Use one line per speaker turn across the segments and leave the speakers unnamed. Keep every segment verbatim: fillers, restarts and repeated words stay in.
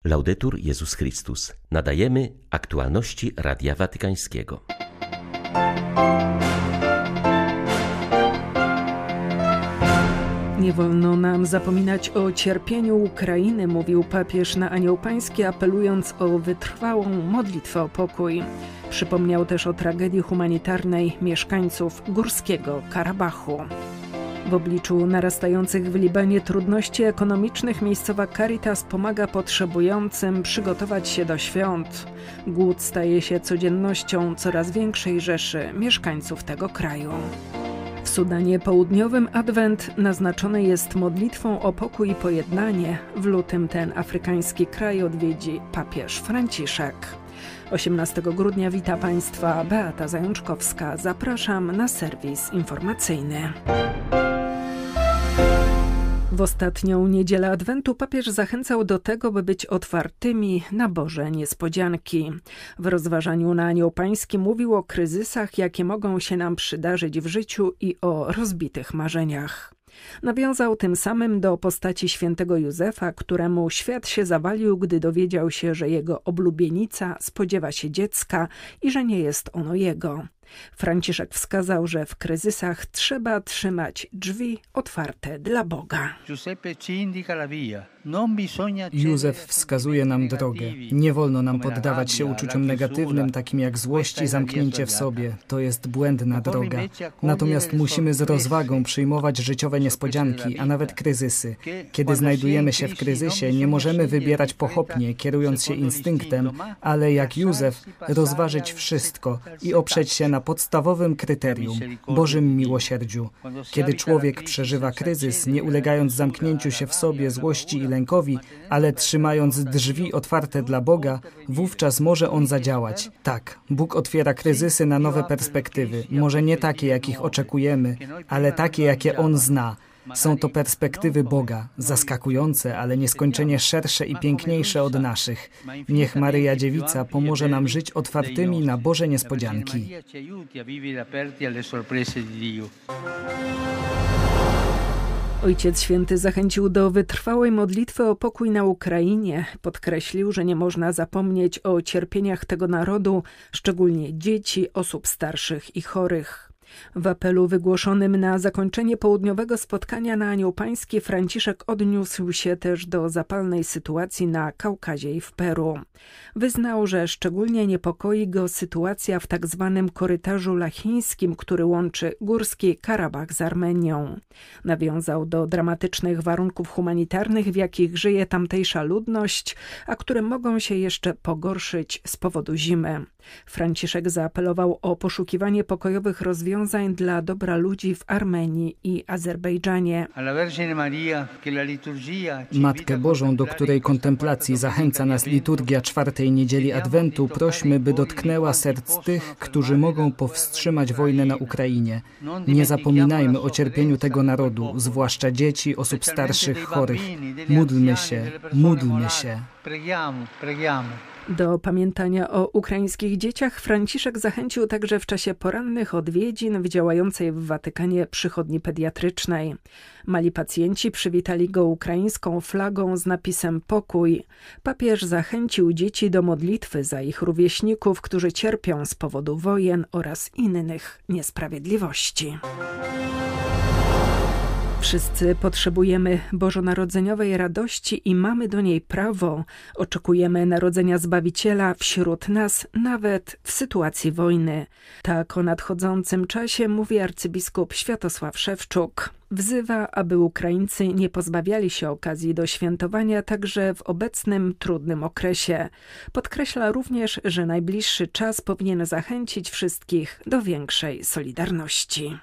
Laudetur Jezus Chrystus. Nadajemy aktualności Radia Watykańskiego.
Nie wolno nam zapominać o cierpieniu Ukrainy, mówił papież na Anioł Pański, apelując o wytrwałą modlitwę o pokój. Przypomniał też o tragedii humanitarnej mieszkańców Górskiego Karabachu. W obliczu narastających w Libanie trudności ekonomicznych miejscowa Caritas pomaga potrzebującym przygotować się do świąt. Głód staje się codziennością coraz większej rzeszy mieszkańców tego kraju. W Sudanie Południowym Adwent naznaczony jest modlitwą o pokój i pojednanie. W lutym ten afrykański kraj odwiedzi papież Franciszek. osiemnastego grudnia wita Państwa Beata Zajączkowska. Zapraszam na serwis informacyjny. W ostatnią niedzielę Adwentu papież zachęcał do tego, by być otwartymi na Boże niespodzianki. W rozważaniu na Anioł Pański mówił o kryzysach, jakie mogą się nam przydarzyć w życiu i o rozbitych marzeniach. Nawiązał tym samym do postaci świętego Józefa, któremu świat się zawalił, gdy dowiedział się, że jego oblubienica spodziewa się dziecka i że nie jest ono jego. Franciszek wskazał, że w kryzysach trzeba trzymać drzwi otwarte dla Boga.
Józef wskazuje nam drogę. Nie wolno nam poddawać się uczuciom negatywnym, takim jak złość i zamknięcie w sobie. To jest błędna droga. Natomiast musimy z rozwagą przyjmować życiowe niespodzianki, a nawet kryzysy. Kiedy znajdujemy się w kryzysie, nie możemy wybierać pochopnie, kierując się instynktem, ale jak Józef rozważyć wszystko i oprzeć się na podstawowym kryterium, Bożym miłosierdziu. Kiedy człowiek przeżywa kryzys, nie ulegając zamknięciu się w sobie, złości i lękowi, ale trzymając drzwi otwarte dla Boga, wówczas może On zadziałać. Tak, Bóg otwiera kryzysy na nowe perspektywy, może nie takie, jakich oczekujemy, ale takie, jakie On zna. Są to perspektywy Boga, zaskakujące, ale nieskończenie szersze i piękniejsze od naszych. Niech Maryja Dziewica pomoże nam żyć otwartymi na Boże niespodzianki.
Ojciec Święty zachęcił do wytrwałej modlitwy o pokój na Ukrainie. Podkreślił, że nie można zapomnieć o cierpieniach tego narodu, szczególnie dzieci, osób starszych i chorych. W apelu wygłoszonym na zakończenie południowego spotkania na Anioł Pański Franciszek odniósł się też do zapalnej sytuacji na Kaukazie i w Peru. Wyznał, że szczególnie niepokoi go sytuacja w tak zwanym korytarzu lachińskim, który łączy Górski Karabach z Armenią. Nawiązał do dramatycznych warunków humanitarnych, w jakich żyje tamtejsza ludność, a które mogą się jeszcze pogorszyć z powodu zimy. Franciszek zaapelował o poszukiwanie pokojowych rozwiązań dla dobra ludzi w Armenii i Azerbejdżanie.
Matkę Bożą, do której kontemplacji zachęca nas liturgia czwartej niedzieli Adwentu, prośmy, by dotknęła serc tych, którzy mogą powstrzymać wojnę na Ukrainie. Nie zapominajmy o cierpieniu tego narodu, zwłaszcza dzieci, osób starszych, chorych. Módlmy się, módlmy się.
Do pamiętania o ukraińskich dzieciach Franciszek zachęcił także w czasie porannych odwiedzin w działającej w Watykanie przychodni pediatrycznej. Mali pacjenci przywitali go ukraińską flagą z napisem Pokój. Papież zachęcił dzieci do modlitwy za ich rówieśników, którzy cierpią z powodu wojen oraz innych niesprawiedliwości. Wszyscy potrzebujemy bożonarodzeniowej radości i mamy do niej prawo. Oczekujemy narodzenia Zbawiciela wśród nas, nawet w sytuacji wojny. Tak o nadchodzącym czasie mówi arcybiskup Światosław Szewczuk. Wzywa, aby Ukraińcy nie pozbawiali się okazji do świętowania także w obecnym trudnym okresie. Podkreśla również, że najbliższy czas powinien zachęcić wszystkich do większej solidarności.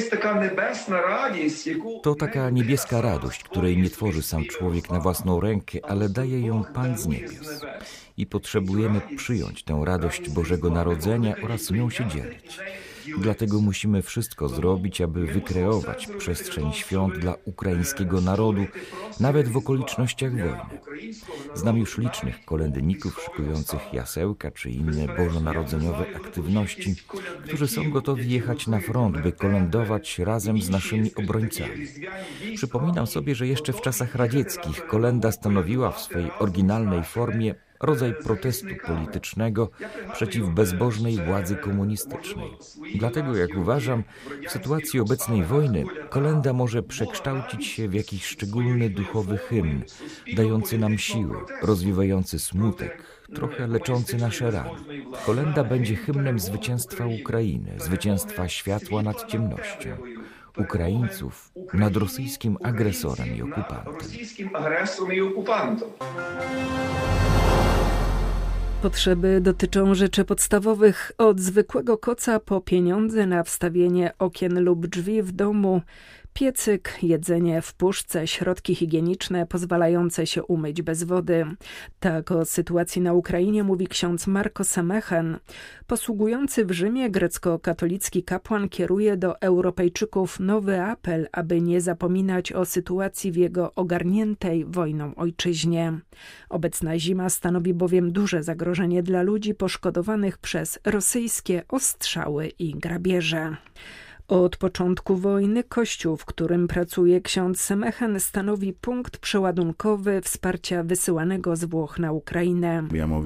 To taka niebieska radość, której nie tworzy sam człowiek na własną rękę, ale daje ją Pan z niebios. I potrzebujemy przyjąć tę radość Bożego Narodzenia oraz nią się dzielić. Dlatego musimy wszystko zrobić, aby wykreować przestrzeń świąt dla ukraińskiego narodu, nawet w okolicznościach wojny. Znam już licznych kolędników szykujących jasełka czy inne bożonarodzeniowe aktywności, którzy są gotowi jechać na front, by kolędować razem z naszymi obrońcami. Przypominam sobie, że jeszcze w czasach radzieckich kolęda stanowiła w swojej oryginalnej formie rodzaj protestu politycznego przeciw bezbożnej władzy komunistycznej. Dlatego, jak uważam, w sytuacji obecnej wojny kolęda może przekształcić się w jakiś szczególny duchowy hymn, dający nam siłę, rozwiewający smutek, trochę leczący nasze rany. Kolęda będzie hymnem zwycięstwa Ukrainy, zwycięstwa światła nad ciemnością, Ukraińców nad rosyjskim agresorem i okupantem.
Potrzeby dotyczą rzeczy podstawowych, od zwykłego koca po pieniądze na wstawienie okien lub drzwi w domu, piecyk, jedzenie w puszce, środki higieniczne pozwalające się umyć bez wody. Tak o sytuacji na Ukrainie mówi ksiądz Marko Semechan. Posługujący w Rzymie grecko-katolicki kapłan kieruje do Europejczyków nowy apel, aby nie zapominać o sytuacji w jego ogarniętej wojną ojczyźnie. Obecna zima stanowi bowiem duże zagrożenie dla ludzi poszkodowanych przez rosyjskie ostrzały i grabieże. Od początku wojny kościół, w którym pracuje ksiądz Semechan, stanowi punkt przeładunkowy wsparcia wysyłanego z Włoch na Ukrainę.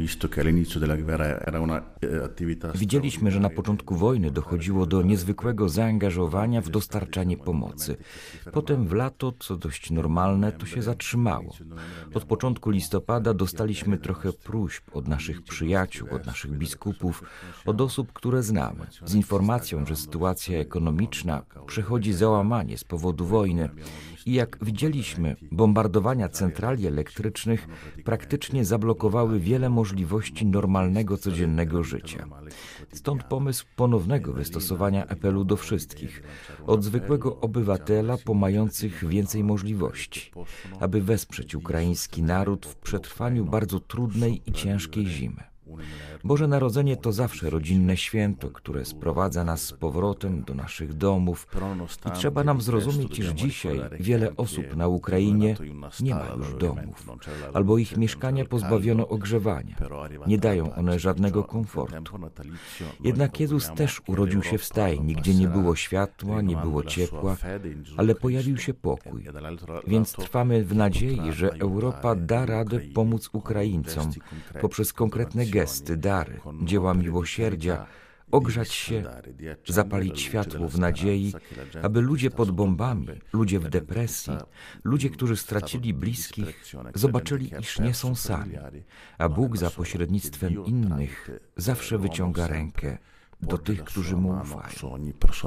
Widzieliśmy, że na początku wojny dochodziło do niezwykłego zaangażowania w dostarczanie pomocy. Potem w lato, co dość normalne, to się zatrzymało. Od początku listopada dostaliśmy trochę próśb od naszych przyjaciół, od naszych biskupów, od osób, które znamy, z informacją, że sytuacja ekonomiczna przechodzi załamanie z powodu wojny i jak widzieliśmy, bombardowania centrali elektrycznych praktycznie zablokowały wiele możliwości normalnego, codziennego życia. Stąd pomysł ponownego wystosowania apelu do wszystkich, od zwykłego obywatela po mających więcej możliwości, aby wesprzeć ukraiński naród w przetrwaniu bardzo trudnej i ciężkiej zimy. Boże Narodzenie to zawsze rodzinne święto, które sprowadza nas z powrotem do naszych domów i trzeba nam zrozumieć, że dzisiaj wiele osób na Ukrainie nie ma już domów, albo ich mieszkania pozbawiono ogrzewania. Nie dają one żadnego komfortu. Jednak Jezus też urodził się w stajni, gdzie nie było światła, nie było ciepła, ale pojawił się pokój. Więc trwamy w nadziei, że Europa da radę pomóc Ukraińcom poprzez konkretne gesty, dary, dzieła miłosierdzia, ogrzać się, zapalić światło w nadziei, aby ludzie pod bombami, ludzie w depresji, ludzie, którzy stracili bliskich, zobaczyli, iż nie są sami, a Bóg za pośrednictwem innych zawsze wyciąga rękę do tych, którzy Mu ufają.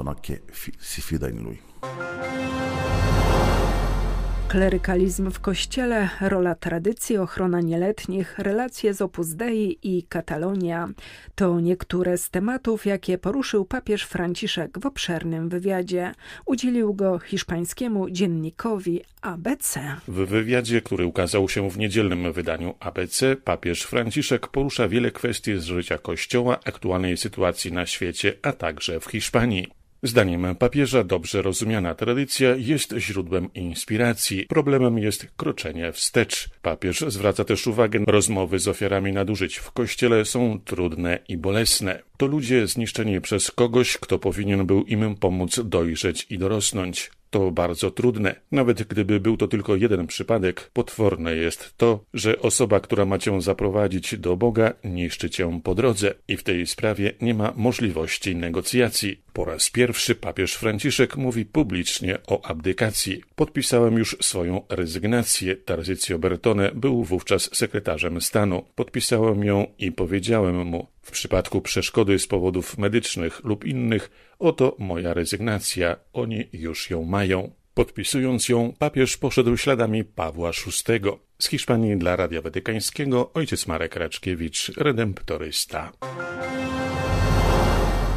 Klerykalizm w Kościele, rola tradycji, ochrona nieletnich, relacje z Opus Dei i Katalonia to niektóre z tematów, jakie poruszył papież Franciszek w obszernym wywiadzie. Udzielił go hiszpańskiemu dziennikowi A B C.
W wywiadzie, który ukazał się w niedzielnym wydaniu A B C, papież Franciszek porusza wiele kwestii z życia Kościoła, aktualnej sytuacji na świecie, a także w Hiszpanii. Zdaniem papieża dobrze rozumiana tradycja jest źródłem inspiracji. Problemem jest kroczenie wstecz. Papież zwraca też uwagę, że rozmowy z ofiarami nadużyć w Kościele są trudne i bolesne. To ludzie zniszczeni przez kogoś, kto powinien był im pomóc dojrzeć i dorosnąć. To bardzo trudne. Nawet gdyby był to tylko jeden przypadek, potworne jest to, że osoba, która ma cię zaprowadzić do Boga, niszczy cię po drodze i w tej sprawie nie ma możliwości negocjacji. Po raz pierwszy papież Franciszek mówi publicznie o abdykacji. Podpisałem już swoją rezygnację. Tarcísio Bertone był wówczas sekretarzem stanu. Podpisałem ją i powiedziałem mu: w przypadku przeszkody z powodów medycznych lub innych, oto moja rezygnacja, oni już ją mają. Podpisując ją, papież poszedł śladami Pawła szóstego. Z Hiszpanii dla Radia Watykańskiego ojciec Marek Raczkiewicz, redemptorysta.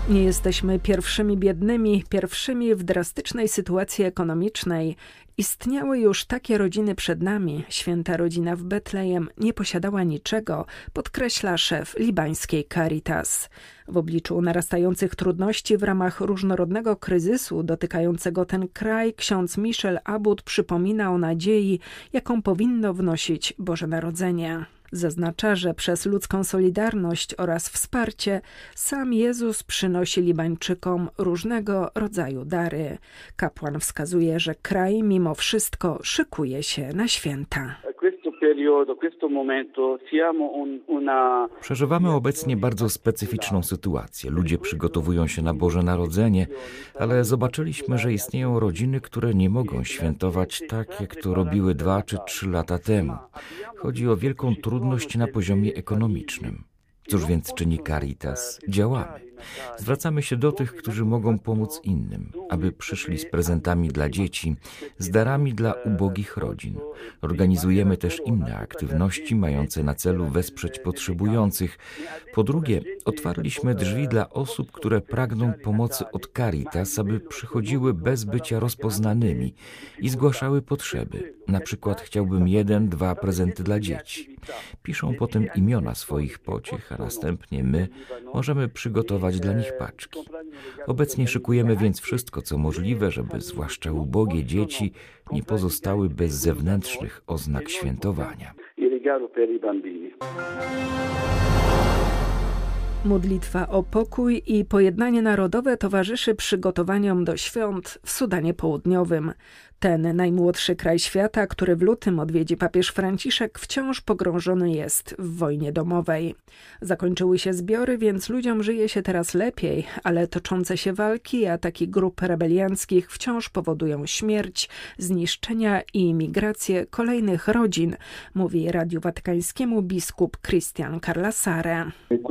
Nie jesteśmy pierwszymi biednymi, pierwszymi w drastycznej sytuacji ekonomicznej. Istniały już takie rodziny przed nami. Święta rodzina w Betlejem nie posiadała niczego, podkreśla szef libańskiej Caritas. W obliczu narastających trudności w ramach różnorodnego kryzysu dotykającego ten kraj, ksiądz Michel Abud przypomina o nadziei, jaką powinno wnosić Boże Narodzenie. Zaznacza, że przez ludzką solidarność oraz wsparcie sam Jezus przynosi Libańczykom różnego rodzaju dary. Kapłan wskazuje, że kraj mimo wszystko szykuje się na święta.
Przeżywamy obecnie bardzo specyficzną sytuację. Ludzie przygotowują się na Boże Narodzenie, ale zobaczyliśmy, że istnieją rodziny, które nie mogą świętować tak, jak to robiły dwa czy trzy lata temu. Chodzi o wielką trudność na poziomie ekonomicznym. Cóż więc czyni Caritas? Działamy. Zwracamy się do tych, którzy mogą pomóc innym, aby przyszli z prezentami dla dzieci, z darami dla ubogich rodzin. Organizujemy też inne aktywności mające na celu wesprzeć potrzebujących. Po drugie, otwarliśmy drzwi dla osób, które pragną pomocy od Caritas, aby przychodziły bez bycia rozpoznanymi i zgłaszały potrzeby. Na przykład chciałbym jeden, dwa prezenty dla dzieci. Piszą potem imiona swoich pociech, a następnie my możemy przygotować dla nich paczki. Obecnie szykujemy więc wszystko, co możliwe, żeby zwłaszcza ubogie dzieci nie pozostały bez zewnętrznych oznak świętowania.
Modlitwa o pokój i pojednanie narodowe towarzyszy przygotowaniom do świąt w Sudanie Południowym. Ten najmłodszy kraj świata, który w lutym odwiedzi papież Franciszek, wciąż pogrążony jest w wojnie domowej. Zakończyły się zbiory, więc ludziom żyje się teraz lepiej, ale toczące się walki i ataki grup rebelianckich wciąż powodują śmierć, zniszczenia i migrację kolejnych rodzin, mówi Radiu Watykańskiemu biskup Christian Carlasare.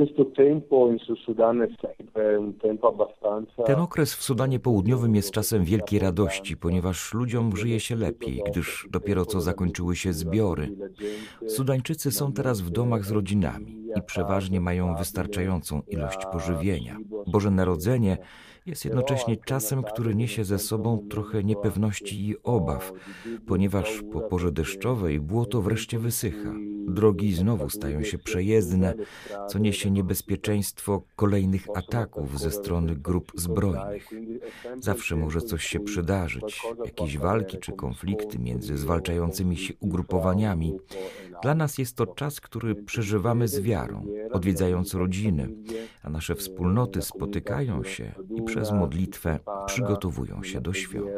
Ten okres w Sudanie Południowym jest czasem wielkiej radości, ponieważ ludziom żyje się lepiej, gdyż dopiero co zakończyły się zbiory. Sudańczycy są teraz w domach z rodzinami i przeważnie mają wystarczającą ilość pożywienia. Boże Narodzenie jest jednocześnie czasem, który niesie ze sobą trochę niepewności i obaw, ponieważ po porze deszczowej błoto wreszcie wysycha. Drogi znowu stają się przejezdne, co niesie niebezpieczeństwo kolejnych ataków ze strony grup zbrojnych. Zawsze może coś się przydarzyć, jakieś walki czy konflikty między zwalczającymi się ugrupowaniami. Dla nas jest to czas, który przeżywamy z wiarą, odwiedzając rodziny, a nasze wspólnoty spotykają się i przez modlitwę przygotowują się do świąt.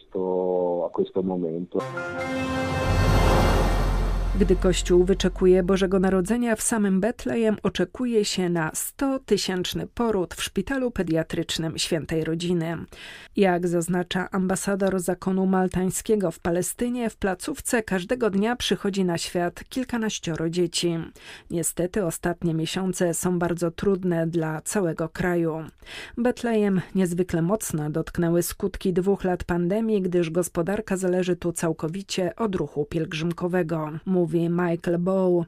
Gdy Kościół wyczekuje Bożego Narodzenia, w samym Betlejem oczekuje się na sto-tysięczny poród w szpitalu pediatrycznym Świętej Rodziny. Jak zaznacza ambasador zakonu maltańskiego w Palestynie, w placówce każdego dnia przychodzi na świat kilkanaścioro dzieci. Niestety ostatnie miesiące są bardzo trudne dla całego kraju. Betlejem niezwykle mocno dotknęły skutki dwóch lat pandemii, gdyż gospodarka zależy tu całkowicie od ruchu pielgrzymkowego. Mówi Michael Bow.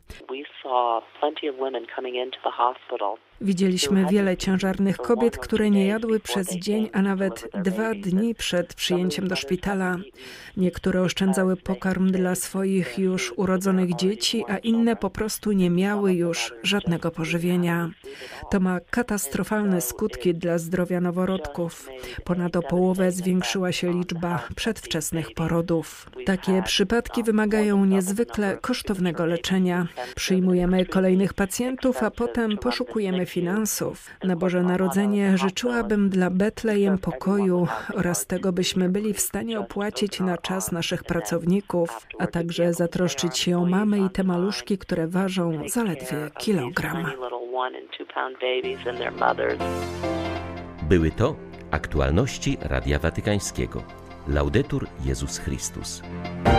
Widzieliśmy wiele ciężarnych kobiet, które nie jadły przez dzień, a nawet dwa dni przed przyjęciem do szpitala. Niektóre oszczędzały pokarm dla swoich już urodzonych dzieci, a inne po prostu nie miały już żadnego pożywienia. To ma katastrofalne skutki dla zdrowia noworodków. Ponad o połowę zwiększyła się liczba przedwczesnych porodów. Takie przypadki wymagają niezwykle kosztownego leczenia. Przyjmujemy kolejnych pacjentów, a potem poszukujemy finansów. Na Boże Narodzenie życzyłabym dla Betlejem pokoju oraz tego, byśmy byli w stanie opłacić na czas naszych pracowników, a także zatroszczyć się o mamy i te maluszki, które ważą zaledwie kilogram.
Były to aktualności Radia Watykańskiego. Laudetur Jezus Chrystus.